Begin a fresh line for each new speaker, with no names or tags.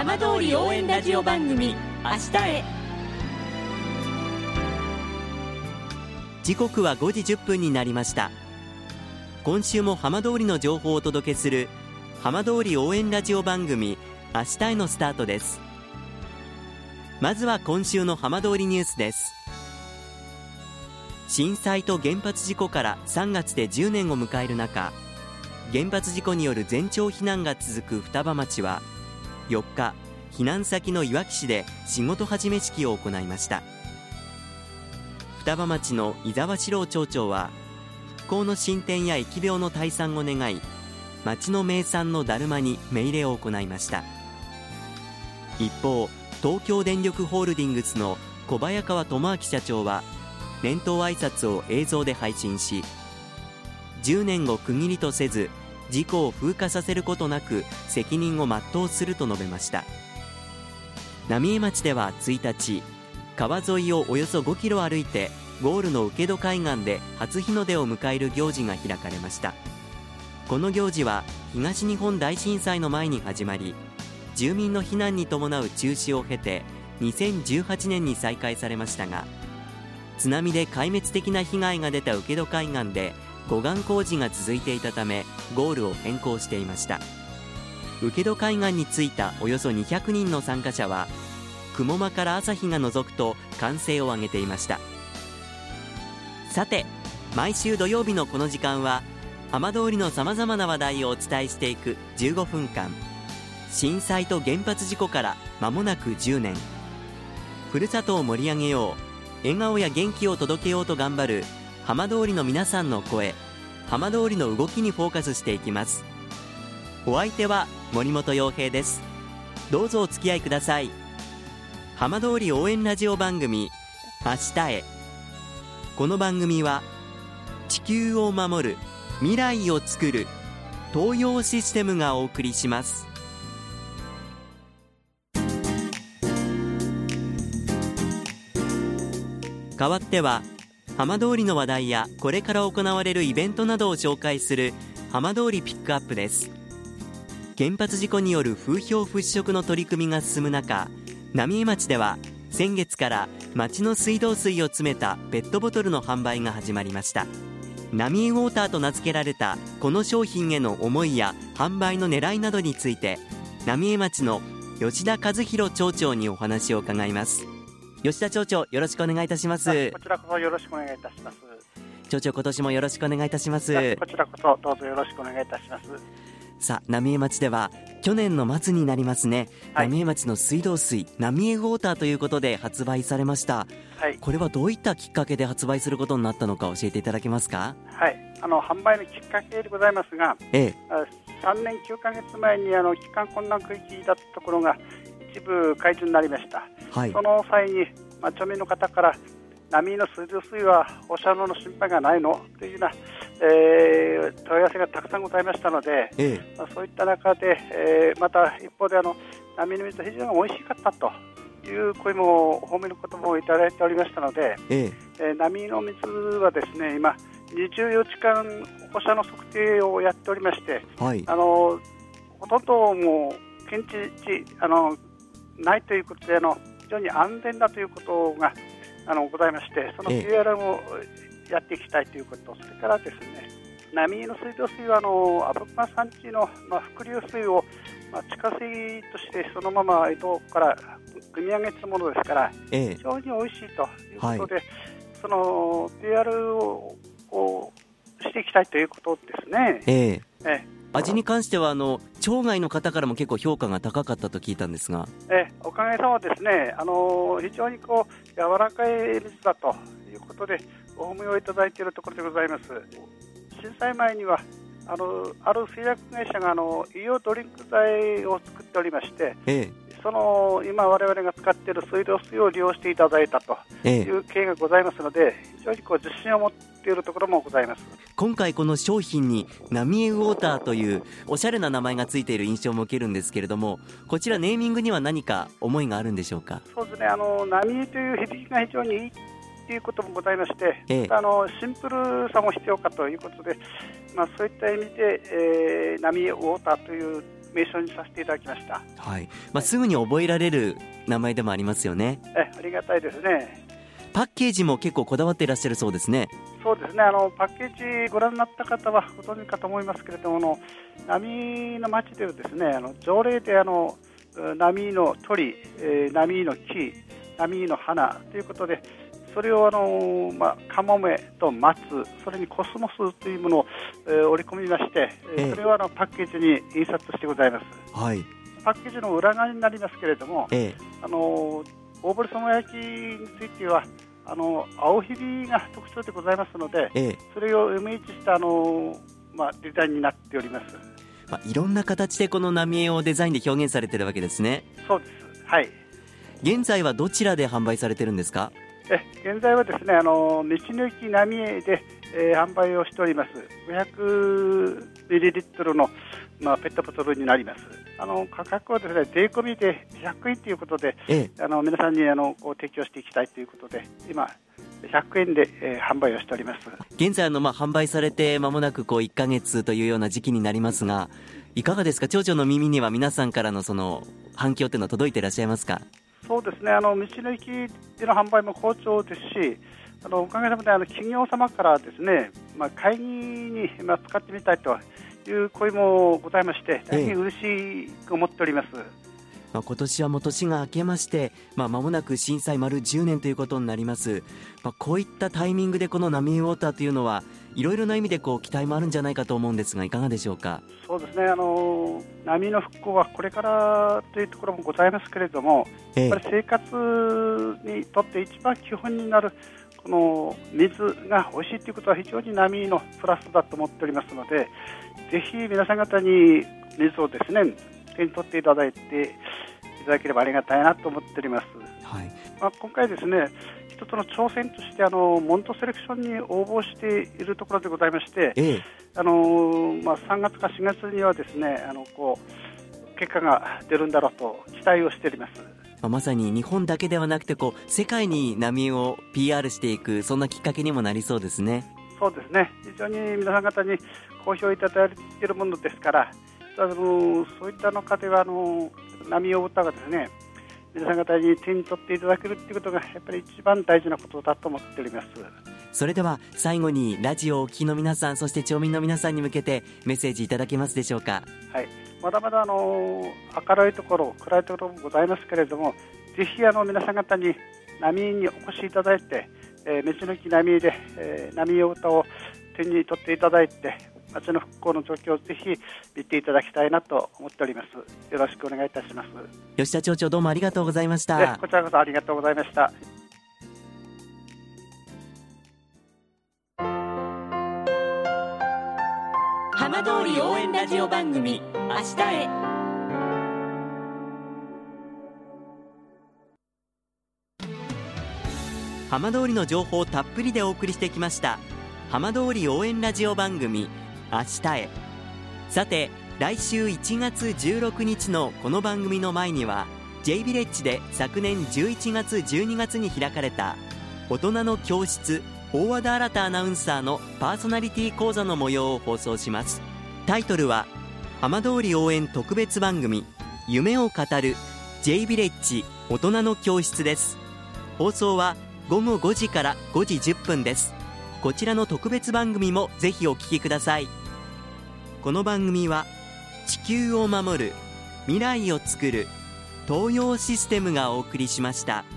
浜通り応援ラジオ番組明日へ。
時刻は5時10分になりました。今週も浜通りの情報をお届けする浜通り応援ラジオ番組明日へのスタートです。まずは今週の浜通りニュースです。震災と原発事故から3月で10年を迎える中、原発事故による全町避難が続く双葉町は4日、避難先のいわき市で仕事始め式を行いました。双葉町の伊沢史郎町長は復興の進展や疫病の退散を願い、町の名産のだるまに目入れを行いました。一方、東京電力ホールディングスの小早川智明社長は年頭挨拶を映像で配信し、10年を区切りとせず事故を風化させることなく責任を全うすると述べました。浪江町では1日、川沿いをおよそ5キロ歩いてゴールの請戸海岸で初日の出を迎える行事が開かれました。この行事は東日本大震災の前に始まり、住民の避難に伴う中止を経て2018年に再開されましたが、津波で壊滅的な被害が出た請戸海岸で護岸工事が続いていたためゴールを変更していました。請戸海岸に着いたおよそ200人の参加者は雲間から朝日が覗くと歓声を上げていました。さて、毎週土曜日のこの時間は浜通りのさまざまな話題をお伝えしていく15分間、震災と原発事故から間もなく10年、ふるさとを盛り上げよう、笑顔や元気を届けようと頑張る浜通りの皆さんの声、浜通りの動きにフォーカスしていきます。お相手は森本洋平です。どうぞお付き合いください。浜通り応援ラジオ番組明日へ。この番組は地球を守る、未来をつくる東洋システムがお送りします。代わっては浜通りの話題やこれから行われるイベントなどを紹介する浜通りピックアップです。原発事故による風評払拭の取り組みが進む中、浪江町では先月から町の水道水を詰めたペットボトルの販売が始まりました。浪江ウォーターと名付けられたこの商品への思いや販売の狙いなどについて、浪江町の吉田和弘町長にお話を伺います。吉田町長、よろしくお願いいたします。
こちらこそよろしくお願いいたします。
町長、今年もよろしくお願いいたします。
こちらこそどうぞよろしくお願いいたします。
さあ、浪江町では去年の末になりますね、浪江町の水道水、浪江ウォーターということで発売されました。はい、これはどういったきっかけで発売することになったのか教えていただけますか？
はい、販売のきっかけでございますが、3年9ヶ月前に帰還困難区域だったところが一部解除になりました。はい、その際に、町民の方から浪江の水道水は放射能の心配がないのというような、問い合わせがたくさんございましたので、そういった中で、また一方で浪江の水は非常に美味しかったという声も褒めることもいただいておりましたので、浪江の水はですね、今24時間放射能測定をやっておりまして、ほとんどもう検知値ないということで非常に安全だということがございまして、その PR もやっていきたいということ、それからですね、浪江の水道水は阿武隈山地の、伏流水を、地下水としてそのまま江戸から汲み上げたものですから、非常に美味しいということで、その PR をしていきたいということですね。
味に関しては町外の方からも結構評価が高かったと聞いたんですが、
おかげさまですね、非常に柔らかい水だということでお褒めをいただいているところでございます。震災前にはある製薬会社が医療ドリンク剤を作っておりまして、その今我々が使っている水道水を利用していただいたという経緯がございますので、非常に自信を持っているところもございます。
今回この商品に浪江ウォーターというおしゃれな名前がついている印象も受けるんですけれども、こちらネーミングには何か思いがあるんでしょうか？
そうですね、浪江という響きが非常にいいということもございまして、シンプルさも必要かということで、そういった意味で、浪江ウォーターという名称にさせていただきました。
はい。すぐに覚えられる名前でもありますよね。
ありがたいですね。
パッケージも結構こだわっていらっしゃるそうですね。
そうですね、パッケージご覧になった方はご存知かと思いますけれども、浪の町ではですね、条例で浪の鳥、浪の木、浪の花ということで、それをカモメと松、それにコスモスというものを、織り込みまして、それをパッケージに印刷してございます。
はい。
パッケージの裏側になりますけれども、大堀そば焼きについては青ひびが特徴でございますので、それをイメージしたデザインになっております。
いろんな形でこの浪江をデザインで表現されているわけですね。
そうです。はい。
現在はどちらで販売されているんですか？
現在はですね、道の駅浪江で、販売をしております。500ミリリットルの、ペットボトルになります。価格はですね、税込みで100円ということで、皆さんに提供していきたいということで、今100円で、販売をしております。
現在販売されて間もなく1ヶ月というような時期になりますが、いかがですか？町長の耳には皆さんからのその反響というのは届いていらっしゃいますか？
そうですね、道の駅での販売も好調ですし、おかげさまで企業様からですね、会議に、使ってみたいという声もございまして、大変嬉しく思っております。
今年はもう年が明けまして、間もなく震災丸10年ということになります。こういったタイミングでこの浪江ウォーターというのはいろいろな意味で期待もあるんじゃないかと思うんですが、いかがでしょうか？
そうですね、波の復興はこれからというところもございますけれども、やっぱり生活にとって一番基本になるこの水が美味しいということは非常に波のプラスだと思っておりますので、ぜひ皆さん方に水をですね、手に取っていただいていただければありがたいなと思っております。
はい。
今回ですね、一つの挑戦としてモントセレクションに応募しているところでございまして、3月か4月にはですね、結果が出るんだろうと期待をしております。
まさに日本だけではなくて世界に波を PR していく、そんなきっかけにもなりそうですね。
そうですね、非常に皆さん方に好評いただいているものですから、そういった中では波を歌がですね、皆さん方に手に取っていただけるということがやっぱり一番大事なことだと思っております。
それでは最後にラジオをお聞きの皆さん、そして町民の皆さんに向けてメッセージいただけますでしょうか？
はい、まだまだ明るいところ暗いところもございますけれども、ぜひ皆さん方に浪江にお越しいただいて、道の駅浪江で、浪江歌を手に取っていただいて、町の復興の状況をぜひ見ていただきたいなと思っております。よろしくお願いいたします。
吉田町長、どうもありがとうございました。
こちらこそありがとうございました。
浜通り応援ラジオ番組、明日へ。
浜通りの情報をたっぷりでお送りしてきました浜通り応援ラジオ番組、明日へ。さて、来週1月16日のこの番組の前には J ヴィレッジで昨年11月12月に開かれた大人の教室大和田新アナウンサーのパーソナリティ講座の模様を放送します。タイトルは浜通り応援特別番組、夢を語る J ヴィレッジ大人の教室です。放送は午後5時から5時10分です。こちらの特別番組もぜひお聞きください。この番組は地球を守る未来をつくる東洋システムがお送りしました。